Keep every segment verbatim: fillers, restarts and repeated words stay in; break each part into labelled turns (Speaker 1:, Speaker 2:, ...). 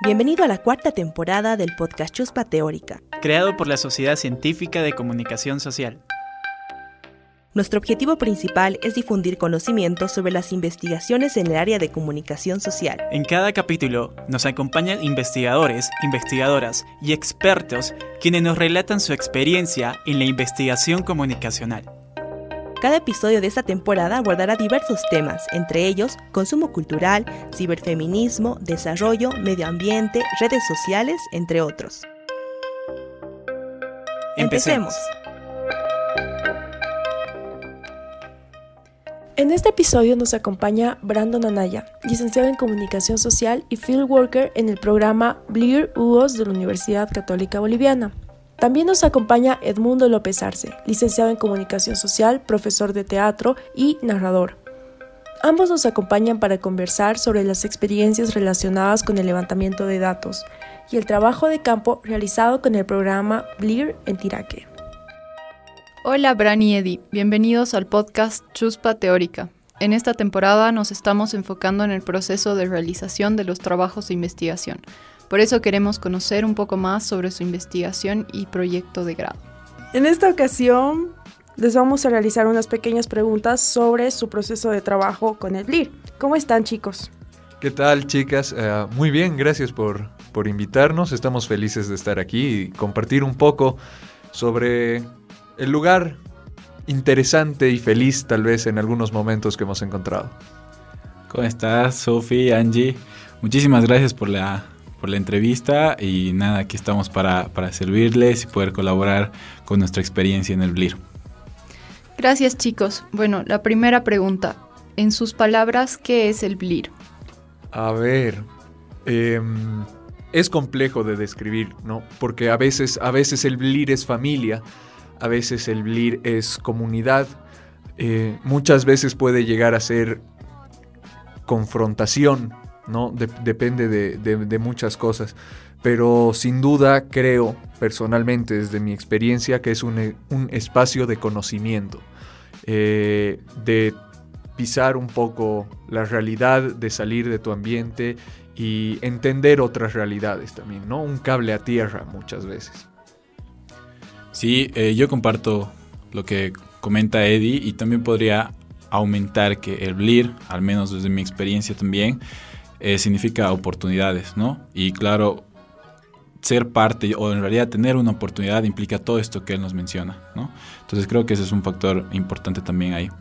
Speaker 1: Bienvenido a la cuarta temporada del podcast Chuspa Teórica,
Speaker 2: creado por la Sociedad Científica de Comunicación Social.
Speaker 1: Nuestro objetivo principal es difundir conocimientos sobre las investigaciones en el área de comunicación social.
Speaker 2: En cada capítulo nos acompañan investigadores, investigadoras y expertos quienes nos relatan su experiencia en la investigación comunicacional.
Speaker 1: Cada episodio de esta temporada abordará diversos temas, entre ellos consumo cultural, ciberfeminismo, desarrollo, medio ambiente, redes sociales, entre otros.
Speaker 2: Empecemos.
Speaker 3: En este episodio nos acompaña Brandon Anaya, licenciado en Comunicación Social y Field Worker en el programa BLIR U O S de la Universidad Católica Boliviana. También nos acompaña Edmundo López Arce, licenciado en Comunicación Social, profesor de teatro y narrador. Ambos nos acompañan para conversar sobre las experiencias relacionadas con el levantamiento de datos y el trabajo de campo realizado con el programa BLIR en Tiraque.
Speaker 4: Hola Bran y Eddie, bienvenidos al podcast Chuspa Teórica. En esta temporada nos estamos enfocando en el proceso de realización de los trabajos de investigación. Por eso queremos conocer un poco más sobre su investigación y proyecto de grado.
Speaker 3: En esta ocasión les vamos a realizar unas pequeñas preguntas sobre su proceso de trabajo con el BLIR. ¿Cómo están, chicos?
Speaker 5: ¿Qué tal, chicas? Uh, muy bien, gracias por, por invitarnos. Estamos felices de estar aquí y compartir un poco sobre el lugar interesante y feliz, tal vez, en algunos momentos que hemos encontrado.
Speaker 6: ¿Cómo estás, Sofi, Angie? Muchísimas gracias por la... por la entrevista y nada, aquí estamos para, para servirles y poder colaborar con nuestra experiencia en el BLIR.
Speaker 4: Gracias, chicos. Bueno, la primera pregunta. En sus palabras, ¿qué es el BLIR?
Speaker 5: A ver, eh, es complejo de describir, ¿no? Porque a veces, a veces el BLIR es familia, a veces el BLIR es comunidad, eh, muchas veces puede llegar a ser confrontación, ¿no? De- depende de, de, de muchas cosas, pero sin duda creo personalmente desde mi experiencia que es un, un espacio de conocimiento, eh, de pisar un poco la realidad, de salir de tu ambiente y entender otras realidades también, ¿no? Un cable a tierra muchas veces.
Speaker 6: Sí, eh, yo comparto lo que comenta Eddie y también podría aumentar que el BLIR, al menos desde mi experiencia también, Eh, significa oportunidades, ¿no? Y claro, ser parte o en realidad tener una oportunidad implica todo esto que él nos menciona, ¿no? Entonces creo que ese es un factor importante también ahí.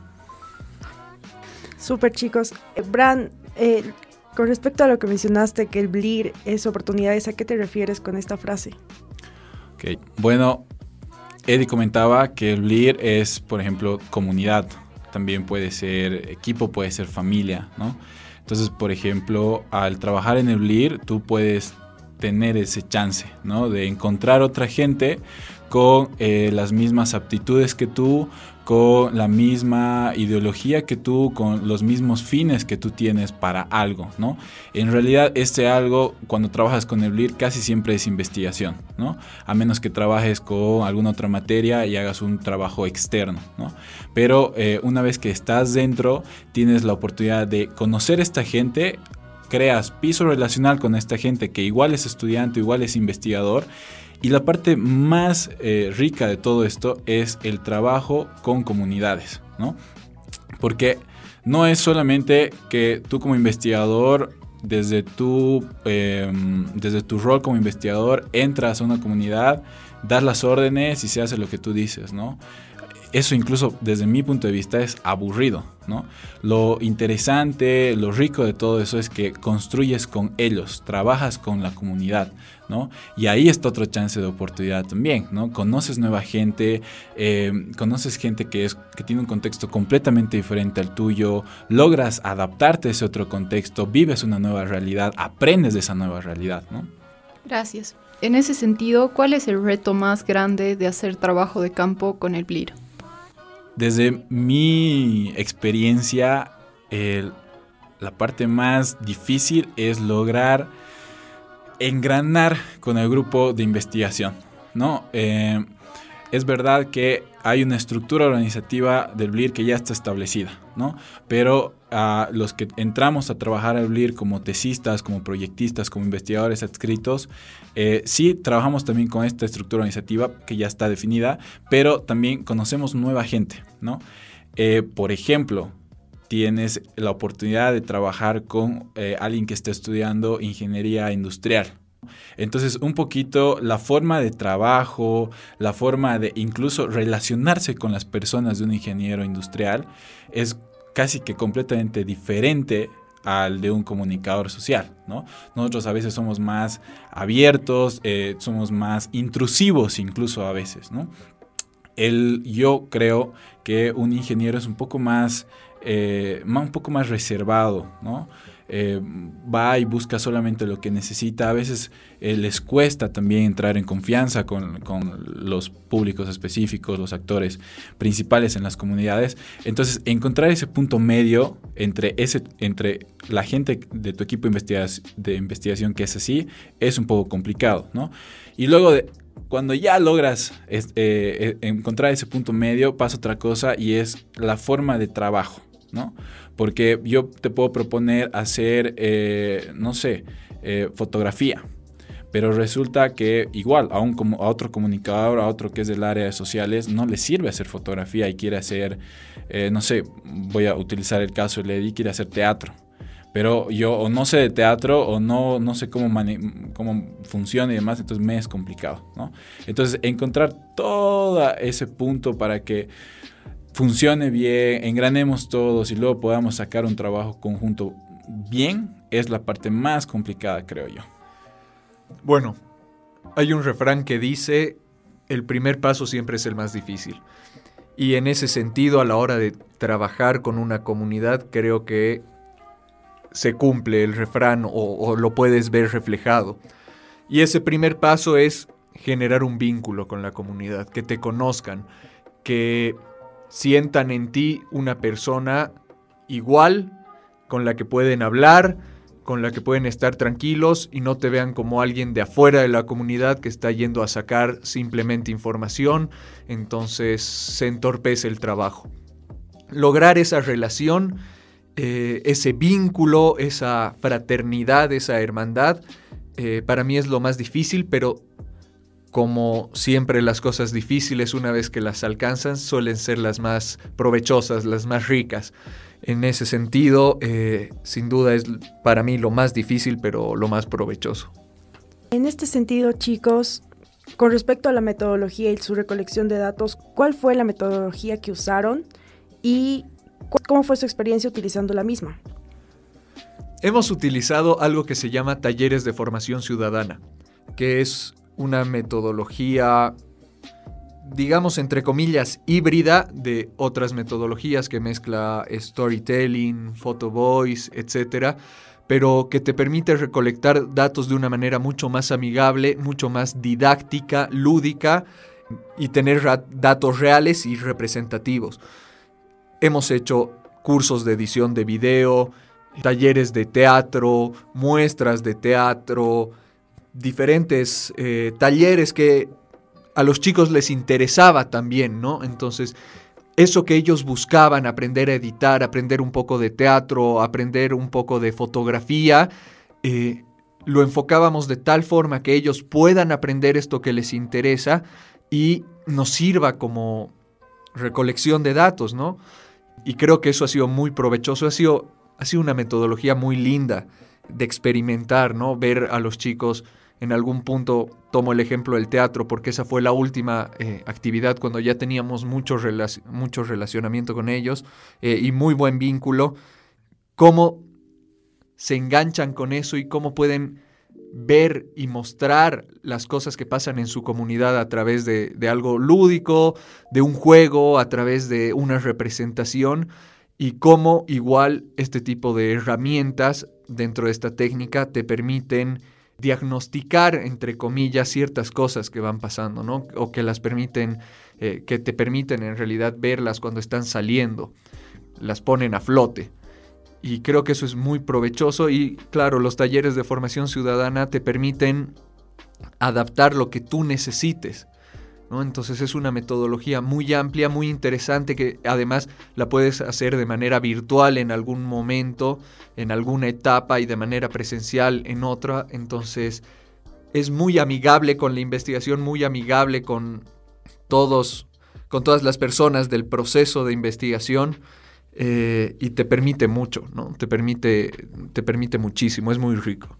Speaker 3: Súper, chicos. Eh, Bran, eh, con respecto a lo que mencionaste, que el BLIR es oportunidades, ¿a qué te refieres con esta frase?
Speaker 6: Okay. Bueno, Eddie comentaba que el BLIR es, por ejemplo, comunidad. También puede ser equipo, puede ser familia, ¿no? Entonces, por ejemplo, al trabajar en el BLIR, tú puedes tener ese chance, ¿no? De encontrar otra gente con eh, las mismas aptitudes que tú, con la misma ideología que tú, con los mismos fines que tú tienes para algo, ¿no? En realidad, este algo, cuando trabajas con el BLIR, casi siempre es investigación, ¿no? A menos que trabajes con alguna otra materia y hagas un trabajo externo, ¿no? Pero eh, una vez que estás dentro, tienes la oportunidad de conocer a esta gente, creas piso relacional con esta gente que igual es estudiante, igual es investigador. Y la parte más eh, rica de todo esto es el trabajo con comunidades, ¿no? Porque no es solamente que tú como investigador, desde tu, eh, desde tu rol como investigador, entras a una comunidad, das las órdenes y se hace lo que tú dices, ¿no? Eso incluso desde mi punto de vista es aburrido, ¿no? Lo interesante, lo rico de todo eso es que construyes con ellos, trabajas con la comunidad, ¿no? Y ahí está otro chance de oportunidad también, ¿no? Conoces nueva gente, eh, conoces gente que, es, que tiene un contexto completamente diferente al tuyo, logras adaptarte a ese otro contexto, vives una nueva realidad, aprendes de esa nueva realidad, ¿no?
Speaker 4: Gracias. En ese sentido, ¿cuál es el reto más grande de hacer trabajo de campo con el BLIR?
Speaker 6: Desde mi experiencia, el, la parte más difícil es lograr engranar con el grupo de investigación, ¿no? Eh, es verdad que hay una estructura organizativa del B L I R que ya está establecida, ¿no? Pero a uh, los que entramos a trabajar al B L I R como tesistas, como proyectistas, como investigadores adscritos, eh, sí trabajamos también con esta estructura organizativa que ya está definida, pero también conocemos nueva gente, ¿no? Eh, por ejemplo, tienes la oportunidad de trabajar con eh, alguien que está estudiando ingeniería industrial. Entonces, un poquito la forma de trabajo, la forma de incluso relacionarse con las personas de un ingeniero industrial es casi que completamente diferente al de un comunicador social, ¿no? Nosotros a veces somos más abiertos, eh, somos más intrusivos incluso a veces, ¿no? El, yo creo que un ingeniero es un poco más, eh, un poco más reservado, ¿no? Eh, va y busca solamente lo que necesita. A veces eh, les cuesta también entrar en confianza con, con los públicos específicos, los actores principales en las comunidades. Entonces, encontrar ese punto medio entre, ese, entre la gente de tu equipo de investigación, de investigación que es así, es un poco complicado, ¿no? Y luego de... Cuando ya logras eh, eh, encontrar ese punto medio, pasa otra cosa y es la forma de trabajo, ¿no? Porque yo te puedo proponer hacer, eh, no sé, eh, fotografía, pero resulta que igual a, un, a otro comunicador, a otro que es del área de sociales, no le sirve hacer fotografía y quiere hacer, eh, no sé, voy a utilizar el caso de Lady, quiere hacer teatro. Pero yo o no sé de teatro o no, no sé cómo, mani- cómo funciona y demás, entonces me es complicado, ¿no? Entonces, encontrar todo ese punto para que funcione bien, engranemos todos y luego podamos sacar un trabajo conjunto bien, es la parte más complicada, creo yo.
Speaker 5: Bueno, hay un refrán que dice, el primer paso siempre es el más difícil. Y en ese sentido, a la hora de trabajar con una comunidad, creo que se cumple el refrán o, o lo puedes ver reflejado. Y ese primer paso es generar un vínculo con la comunidad, que te conozcan, que sientan en ti una persona igual, con la que pueden hablar, con la que pueden estar tranquilos y no te vean como alguien de afuera de la comunidad que está yendo a sacar simplemente información, entonces se entorpece el trabajo. Lograr esa relación, Eh, ese vínculo, esa fraternidad, esa hermandad, eh, para mí es lo más difícil, pero como siempre las cosas difíciles, una vez que las alcanzan, suelen ser las más provechosas, las más ricas. En ese sentido, eh, sin duda es para mí lo más difícil, pero lo más provechoso.
Speaker 3: En este sentido, chicos, con respecto a la metodología y su recolección de datos, ¿cuál fue la metodología que usaron y cómo fue su experiencia utilizando la misma?
Speaker 5: Hemos utilizado algo que se llama talleres de formación ciudadana, que es una metodología, digamos, entre comillas, híbrida de otras metodologías que mezcla storytelling, photo voice, etcétera, pero que te permite recolectar datos de una manera mucho más amigable, mucho más didáctica, lúdica y tener ra- datos reales y representativos. Hemos hecho cursos de edición de video, talleres de teatro, muestras de teatro, diferentes eh, talleres que a los chicos les interesaba también, ¿no? Entonces, eso que ellos buscaban, aprender a editar, aprender un poco de teatro, aprender un poco de fotografía, eh, lo enfocábamos de tal forma que ellos puedan aprender esto que les interesa y nos sirva como recolección de datos, ¿no? Y creo que eso ha sido muy provechoso, ha sido, ha sido una metodología muy linda de experimentar, ¿no? Ver a los chicos en algún punto, tomo el ejemplo del teatro, porque esa fue la última eh, actividad cuando ya teníamos mucho, relac- mucho relacionamiento con ellos eh, y muy buen vínculo, cómo se enganchan con eso y cómo pueden ver y mostrar las cosas que pasan en su comunidad a través de, de algo lúdico, de un juego, a través de una representación, y cómo igual este tipo de herramientas dentro de esta técnica te permiten diagnosticar, entre comillas, ciertas cosas que van pasando, ¿no? O que las permiten, eh, que te permiten en realidad verlas cuando están saliendo, las ponen a flote. Y creo que eso es muy provechoso y, claro, los talleres de formación ciudadana te permiten adaptar lo que tú necesites. ¿no? Entonces es una metodología muy amplia, muy interesante, que además la puedes hacer de manera virtual en algún momento, en alguna etapa, y de manera presencial en otra. Entonces es muy amigable con la investigación, muy amigable con todos, con todas las personas del proceso de investigación, eh, y te permite mucho, ¿no? Te permite, te permite muchísimo, es muy rico.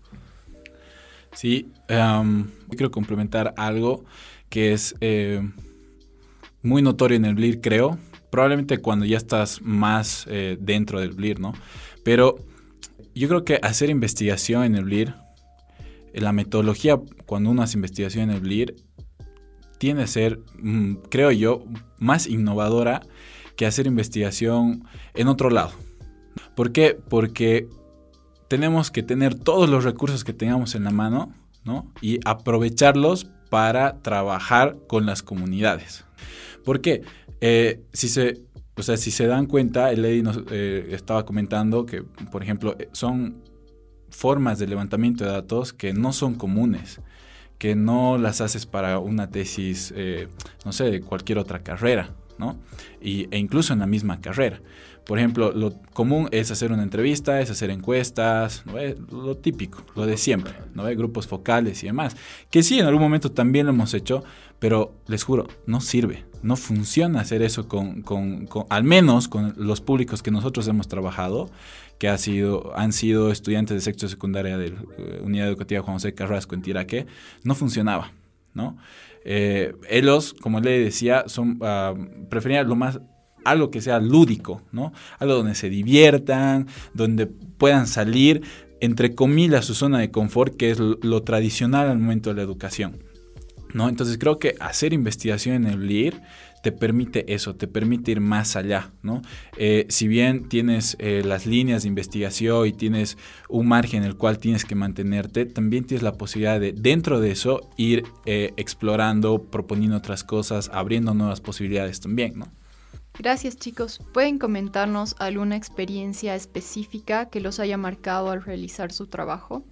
Speaker 6: Sí, um, quiero complementar algo que es eh, muy notorio en el B L I R, creo, probablemente cuando ya estás más eh, dentro del B L I R, ¿no? Pero yo creo que hacer investigación en el B L I R, la metodología cuando uno hace investigación en el B L I R, tiende a ser, mmm, creo yo, más innovadora que hacer investigación en otro lado. ¿Por qué? Porque tenemos que tener todos los recursos que tengamos en la mano, ¿no? Y aprovecharlos para trabajar con las comunidades. ¿Por qué? Eh, si se, o sea, si se dan cuenta, el Eddie nos eh, estaba comentando que, por ejemplo, son formas de levantamiento de datos que no son comunes, que no las haces para una tesis, eh, no sé, de cualquier otra carrera, ¿no? Y, e incluso en la misma carrera. Por ejemplo, lo común es hacer una entrevista, es hacer encuestas, ¿no? Lo típico, lo de siempre, ¿no? Grupos focales y demás. Que sí, en algún momento también lo hemos hecho, pero les juro, no sirve. No funciona hacer eso con, con, con al menos con los públicos que nosotros hemos trabajado, que ha sido, han sido estudiantes de sexto de secundaria de la uh, Unidad Educativa Juan José Carrasco en Tiraque. No funcionaba, ¿no? Eh, ellos, como le decía, son, uh, preferían lo más... algo que sea lúdico, ¿no? Algo donde se diviertan, donde puedan salir, entre comillas, su zona de confort, que es lo, lo tradicional al momento de la educación, ¿no? Entonces creo que hacer investigación en el B L I R te permite eso, te permite ir más allá, ¿no? Eh, si bien tienes eh, las líneas de investigación y tienes un margen en el cual tienes que mantenerte, también tienes la posibilidad de, dentro de eso, ir eh, explorando, proponiendo otras cosas, abriendo nuevas posibilidades también, ¿no?
Speaker 4: Gracias, chicos. ¿Pueden comentarnos alguna experiencia específica que los haya marcado al realizar su trabajo?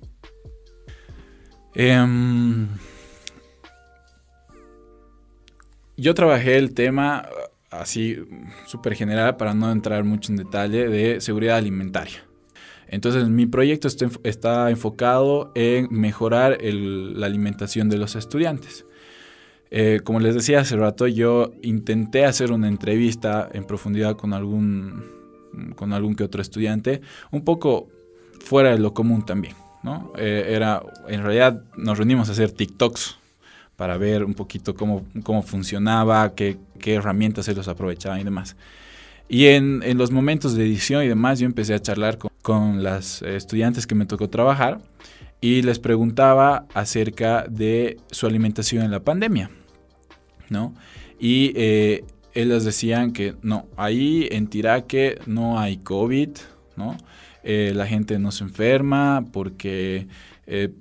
Speaker 6: Um, yo trabajé el tema así súper general, para no entrar mucho en detalle, de seguridad alimentaria. Entonces mi proyecto está, está enfocado en mejorar el, la alimentación de los estudiantes. Eh, como les decía hace rato, yo intenté hacer una entrevista en profundidad con algún, con algún que otro estudiante, un poco fuera de lo común también, ¿no? Eh, era, en realidad nos reunimos a hacer TikToks para ver un poquito cómo, cómo funcionaba, qué, qué herramientas ellos aprovechaban y demás. Y en, en los momentos de edición y demás, yo empecé a charlar con, con las estudiantes que me tocó trabajar y les preguntaba acerca de su alimentación en la pandemia, ¿no? Y eh, ellas decían que no, ahí en Tiraque no hay COVID, ¿no? Eh, la gente no se enferma porque eh,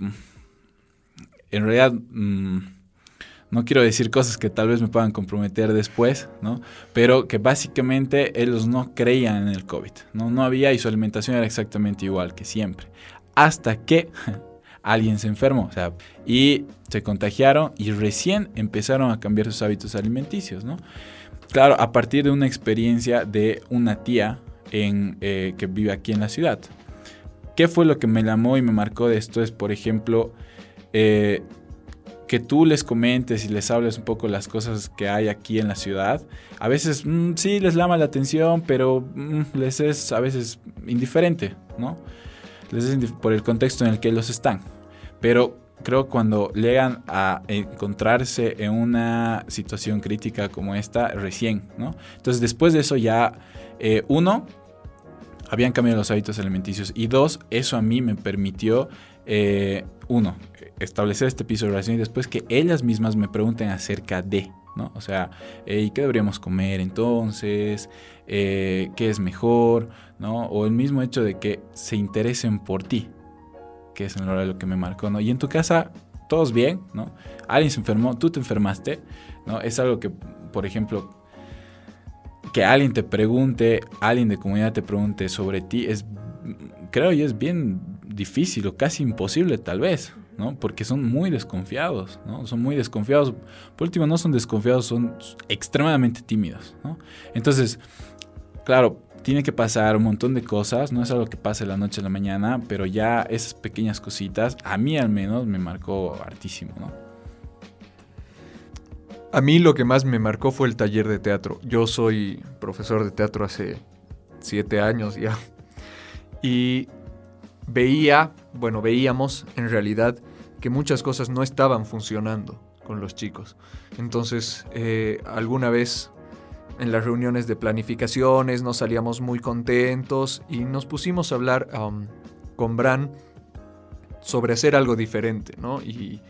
Speaker 6: en realidad mmm, no quiero decir cosas que tal vez me puedan comprometer después, ¿no? Pero que básicamente ellos no creían en el COVID, ¿no? No había, y su alimentación era exactamente igual que siempre, hasta que alguien se enfermó, o sea, y se contagiaron y recién empezaron a cambiar sus hábitos alimenticios, ¿no? Claro, a partir de una experiencia de una tía en, eh, que vive aquí en la ciudad. ¿Qué fue lo que me llamó y me marcó de esto? Es, por ejemplo, eh, que tú les comentes y les hables un poco las cosas que hay aquí en la ciudad. A veces mmm, sí les llama la atención, pero mmm, les es a veces indiferente, ¿no? Les es indif- por el contexto en el que ellos están. Pero creo que cuando llegan a encontrarse en una situación crítica como esta, recién, ¿no? Entonces, después de eso ya, eh, uno, habían cambiado los hábitos alimenticios, y dos, eso a mí me permitió, eh, uno, establecer este piso de relación, y después que ellas mismas me pregunten acerca de, ¿no? O sea, eh, ¿qué deberíamos comer entonces? Eh, ¿Qué es mejor? ¿No? O el mismo hecho de que se interesen por ti, que es en realidad lo que me marcó, ¿no? Y en tu casa, todos bien, ¿no? Alguien se enfermó, tú te enfermaste, ¿no? Es algo que, por ejemplo, que alguien te pregunte, alguien de comunidad te pregunte sobre ti, es, creo yo, es bien difícil o casi imposible tal vez, ¿no? Porque son muy desconfiados, ¿no? Son muy desconfiados. Por último, no son desconfiados, son extremadamente tímidos, ¿no? Entonces, claro, tiene que pasar un montón de cosas, no es algo que pase de la noche a la mañana, pero ya esas pequeñas cositas, a mí al menos, me marcó hartísimo, ¿no?
Speaker 5: A mí lo que más me marcó fue el taller de teatro. Yo soy profesor de teatro hace siete años ya. Y veía, bueno, veíamos en realidad que muchas cosas no estaban funcionando con los chicos. Entonces, eh, alguna vez en las reuniones de planificaciones nos salíamos muy contentos y nos pusimos a hablar um, con Bran sobre hacer algo diferente, ¿no? Y,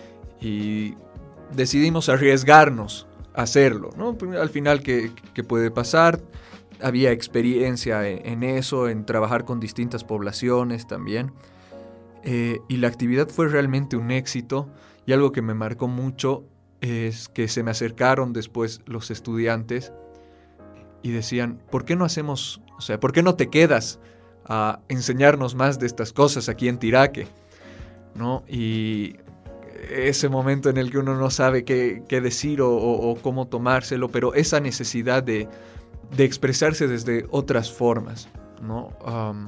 Speaker 5: y decidimos arriesgarnos a hacerlo, ¿no? Al final, ¿qué, qué puede pasar? Había experiencia en, en eso, en trabajar con distintas poblaciones también. Eh, y la actividad fue realmente un éxito, y algo que me marcó mucho es que se me acercaron después los estudiantes y decían, ¿por qué no hacemos, o sea, por qué no te quedas a enseñarnos más de estas cosas aquí en Tiraque? ¿No? Y ese momento en el que uno no sabe qué, qué decir o, o, o cómo tomárselo, pero esa necesidad de, de expresarse desde otras formas, ¿no? Um,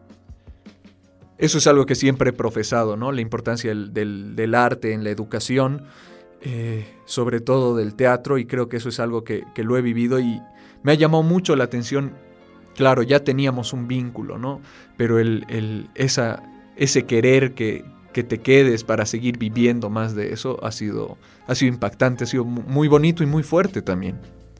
Speaker 5: eso es algo que siempre he profesado, ¿no? La importancia del, del, del arte en la educación, eh, sobre todo del teatro, y creo que eso es algo que, que lo he vivido y me ha llamado mucho la atención. Claro, ya teníamos un vínculo, ¿no? Pero el, el, esa, ese querer que, que te quedes para seguir viviendo más de eso ha sido, ha sido impactante, ha sido muy bonito y muy fuerte también.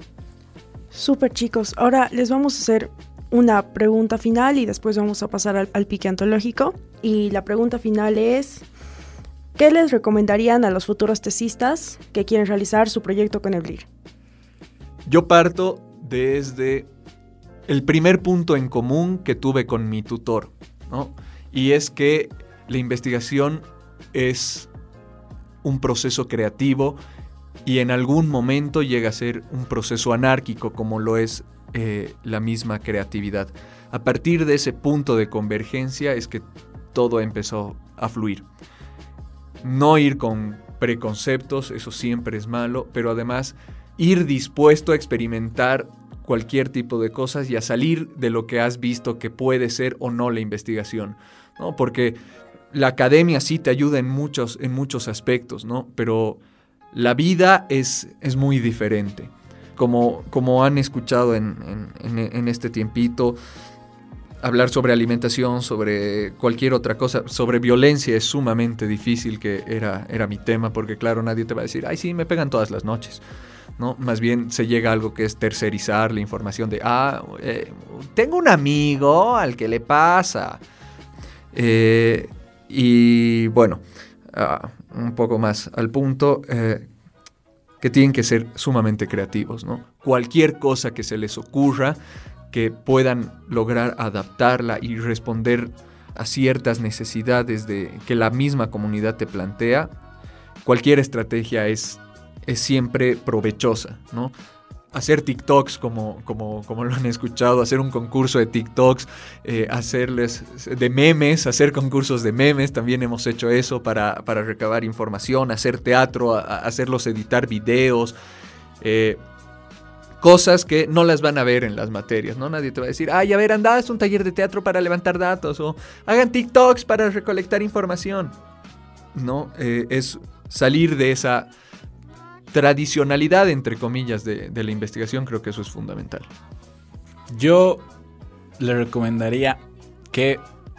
Speaker 3: Súper, chicos. Ahora les vamos a hacer una pregunta final y después vamos a pasar al, al pique antológico. Y la pregunta final es, ¿qué les recomendarían a los futuros tesistas que quieren realizar su proyecto con el B L I R?
Speaker 5: Yo parto desde el primer punto en común que tuve con mi tutor, ¿no? Y es que la investigación es un proceso creativo y en algún momento llega a ser un proceso anárquico, como lo es eh, la misma creatividad. A partir de ese punto de convergencia es que todo empezó a fluir. No ir con preconceptos, eso siempre es malo, pero además ir dispuesto a experimentar cualquier tipo de cosas y a salir de lo que has visto que puede ser o no la investigación, ¿no? Porque la academia sí te ayuda en muchos, en muchos aspectos, ¿no? Pero la vida es, es muy diferente. Como, como han escuchado en, en, en este tiempito, hablar sobre alimentación, sobre cualquier otra cosa, sobre violencia es sumamente difícil, que era, era mi tema, porque claro, nadie te va a decir, ay, sí, me pegan todas las noches, ¿no? Más bien se llega a algo que es tercerizar la información de, ah, eh, tengo un amigo al que le pasa. Eh, y bueno, uh, un poco más al punto, eh, que tienen que ser sumamente creativos, ¿no? Cualquier cosa que se les ocurra, que puedan lograr adaptarla y responder a ciertas necesidades de, que la misma comunidad te plantea, cualquier estrategia es, es siempre provechosa, ¿no? Hacer TikToks como, como, como lo han escuchado, hacer un concurso de TikToks, eh, hacerles de memes, hacer concursos de memes, también hemos hecho eso para, para recabar información, hacer teatro, a, a hacerlos editar videos, eh, cosas que no las van a ver en las materias, ¿no? Nadie te va a decir, ay, a ver, anda, haz un taller de teatro para levantar datos, o hagan TikToks para recolectar información, ¿no? Eh, es salir de esa tradicionalidad, entre comillas, de, de la investigación. Creo que eso es fundamental.
Speaker 6: Yo le recomendaría que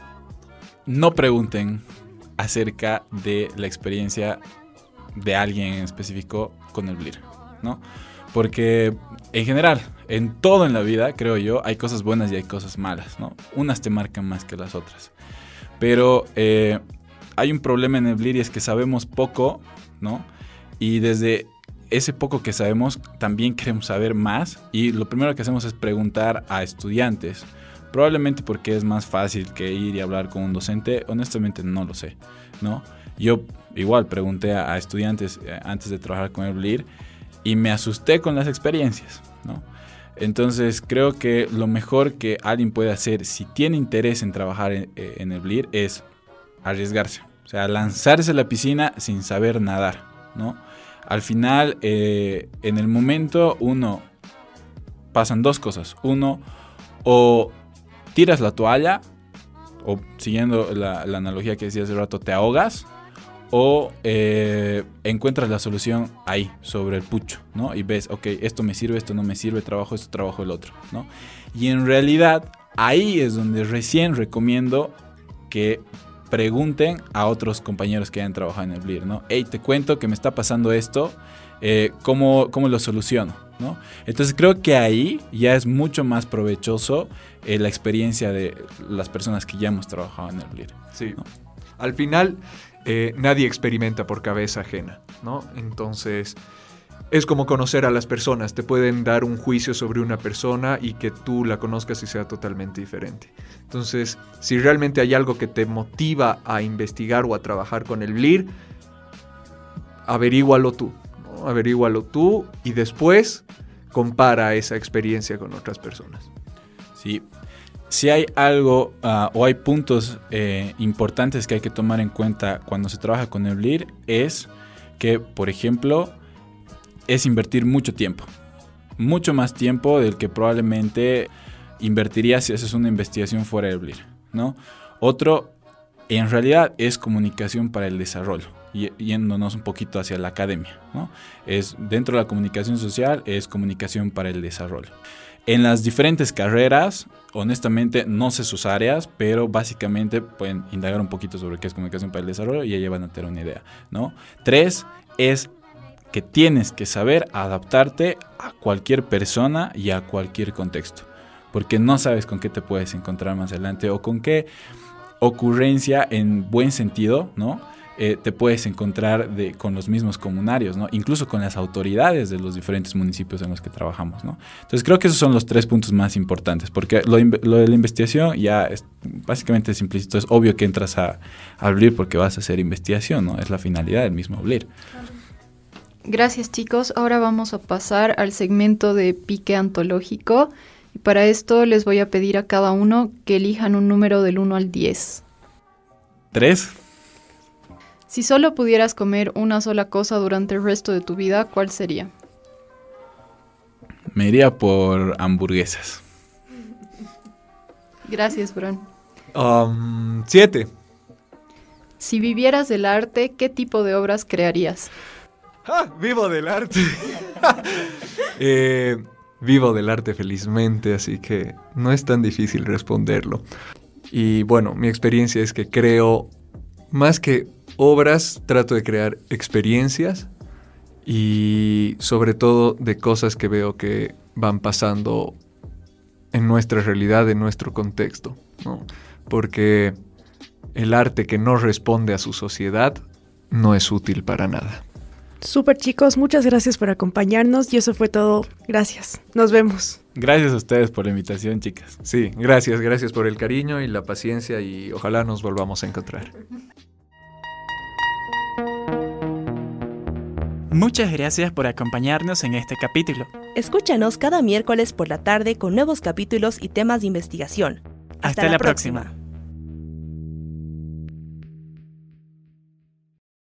Speaker 6: no pregunten acerca de la experiencia de alguien en específico con el B L I R, ¿no? Porque en general, en todo en la vida, creo yo, hay cosas buenas y hay cosas malas, ¿no? Unas te marcan más que las otras. Pero eh, hay un problema en el B L I R y es que sabemos poco, ¿no? Y desde ese poco que sabemos, también queremos saber más. Y lo primero que hacemos es preguntar a estudiantes. Probablemente porque es más fácil que ir y hablar con un docente. Honestamente no lo sé, ¿no? Yo igual pregunté a, a estudiantes eh, antes de trabajar con el B L I R y me asusté con las experiencias, ¿no? Entonces creo que lo mejor que alguien puede hacer si tiene interés en trabajar en, en el B L I R es arriesgarse, O sea, lanzarse a la piscina sin saber nadar, ¿no? Al final, eh, en el momento, uno, pasan dos cosas. Uno, o tiras la toalla, o siguiendo la, la analogía que decía hace rato, te ahogas, o eh, encuentras la solución ahí, sobre el pucho, ¿no? Y ves, ok, esto me sirve, esto no me sirve, trabajo esto, trabajo el otro, ¿no? Y en realidad, ahí es donde recién recomiendo que pregunten a otros compañeros que hayan trabajado en el B L I R, ¿no? Hey, te cuento que me está pasando esto, eh, ¿cómo, ¿cómo lo soluciono? ¿No? Entonces creo que ahí ya es mucho más provechoso eh, la experiencia de las personas que ya hemos trabajado en el B L I R.
Speaker 5: Sí.
Speaker 6: ¿No?
Speaker 5: Al final, eh, nadie experimenta por cabeza ajena, ¿no? Entonces, es como conocer a las personas. Te pueden dar un juicio sobre una persona y que tú la conozcas y sea totalmente diferente. Entonces, si realmente hay algo que te motiva a investigar o a trabajar con el B L I R, averígualo tú, ¿no? Averígualo tú y después compara esa experiencia con otras personas.
Speaker 6: Sí. Si hay algo uh, o hay puntos eh, importantes que hay que tomar en cuenta cuando se trabaja con el B L I R, es que, por ejemplo, es invertir mucho tiempo. Mucho más tiempo del que probablemente invertirías si haces una investigación fuera del B L I R, ¿no? Otro, en realidad, es comunicación para el desarrollo, y yéndonos un poquito hacia la academia, ¿no? Es dentro de la comunicación social, es comunicación para el desarrollo. En las diferentes carreras, honestamente, no sé sus áreas, pero básicamente pueden indagar un poquito sobre qué es comunicación para el desarrollo y ya van a tener una idea, ¿no? Tres, es que tienes que saber adaptarte a cualquier persona y a cualquier contexto, porque no sabes con qué te puedes encontrar más adelante o con qué ocurrencia en buen sentido, ¿no? Eh, te puedes encontrar de, con los mismos comunarios, ¿no? Incluso con las autoridades de los diferentes municipios en los que trabajamos, ¿no? Entonces creo que esos son los tres puntos más importantes, porque lo, lo de la investigación ya es básicamente es implícito, es obvio que entras a, a B L I R porque vas a hacer investigación, ¿no? Es la finalidad del mismo B L I R.
Speaker 4: Gracias, chicos. Ahora vamos a pasar al segmento de pique antológico. Y para esto les voy a pedir a cada uno que elijan un número del uno al diez.
Speaker 6: ¿Tres?
Speaker 4: Si solo pudieras comer una sola cosa durante el resto de tu vida, ¿cuál sería?
Speaker 6: Me iría por hamburguesas.
Speaker 4: Gracias, Bran.
Speaker 5: Um, siete.
Speaker 4: Si vivieras del arte, ¿qué tipo de obras crearías?
Speaker 5: ¡Ah! ¡Vivo del arte! eh, vivo del arte felizmente, así que no es tan difícil responderlo. Y bueno, mi experiencia es que creo, más que obras, trato de crear experiencias y sobre todo de cosas que veo que van pasando en nuestra realidad, en nuestro contexto, ¿no? Porque el arte que no responde a su sociedad no es útil para nada.
Speaker 3: Súper, chicos, muchas gracias por acompañarnos y eso fue todo. Gracias. Nos vemos.
Speaker 6: Gracias a ustedes por la invitación, chicas.
Speaker 5: Sí, gracias, gracias por el cariño y la paciencia y ojalá nos volvamos a encontrar.
Speaker 2: Muchas gracias por acompañarnos en este capítulo.
Speaker 1: Escúchanos cada miércoles por la tarde con nuevos capítulos y temas de investigación.
Speaker 2: Hasta, Hasta la, la próxima. próxima.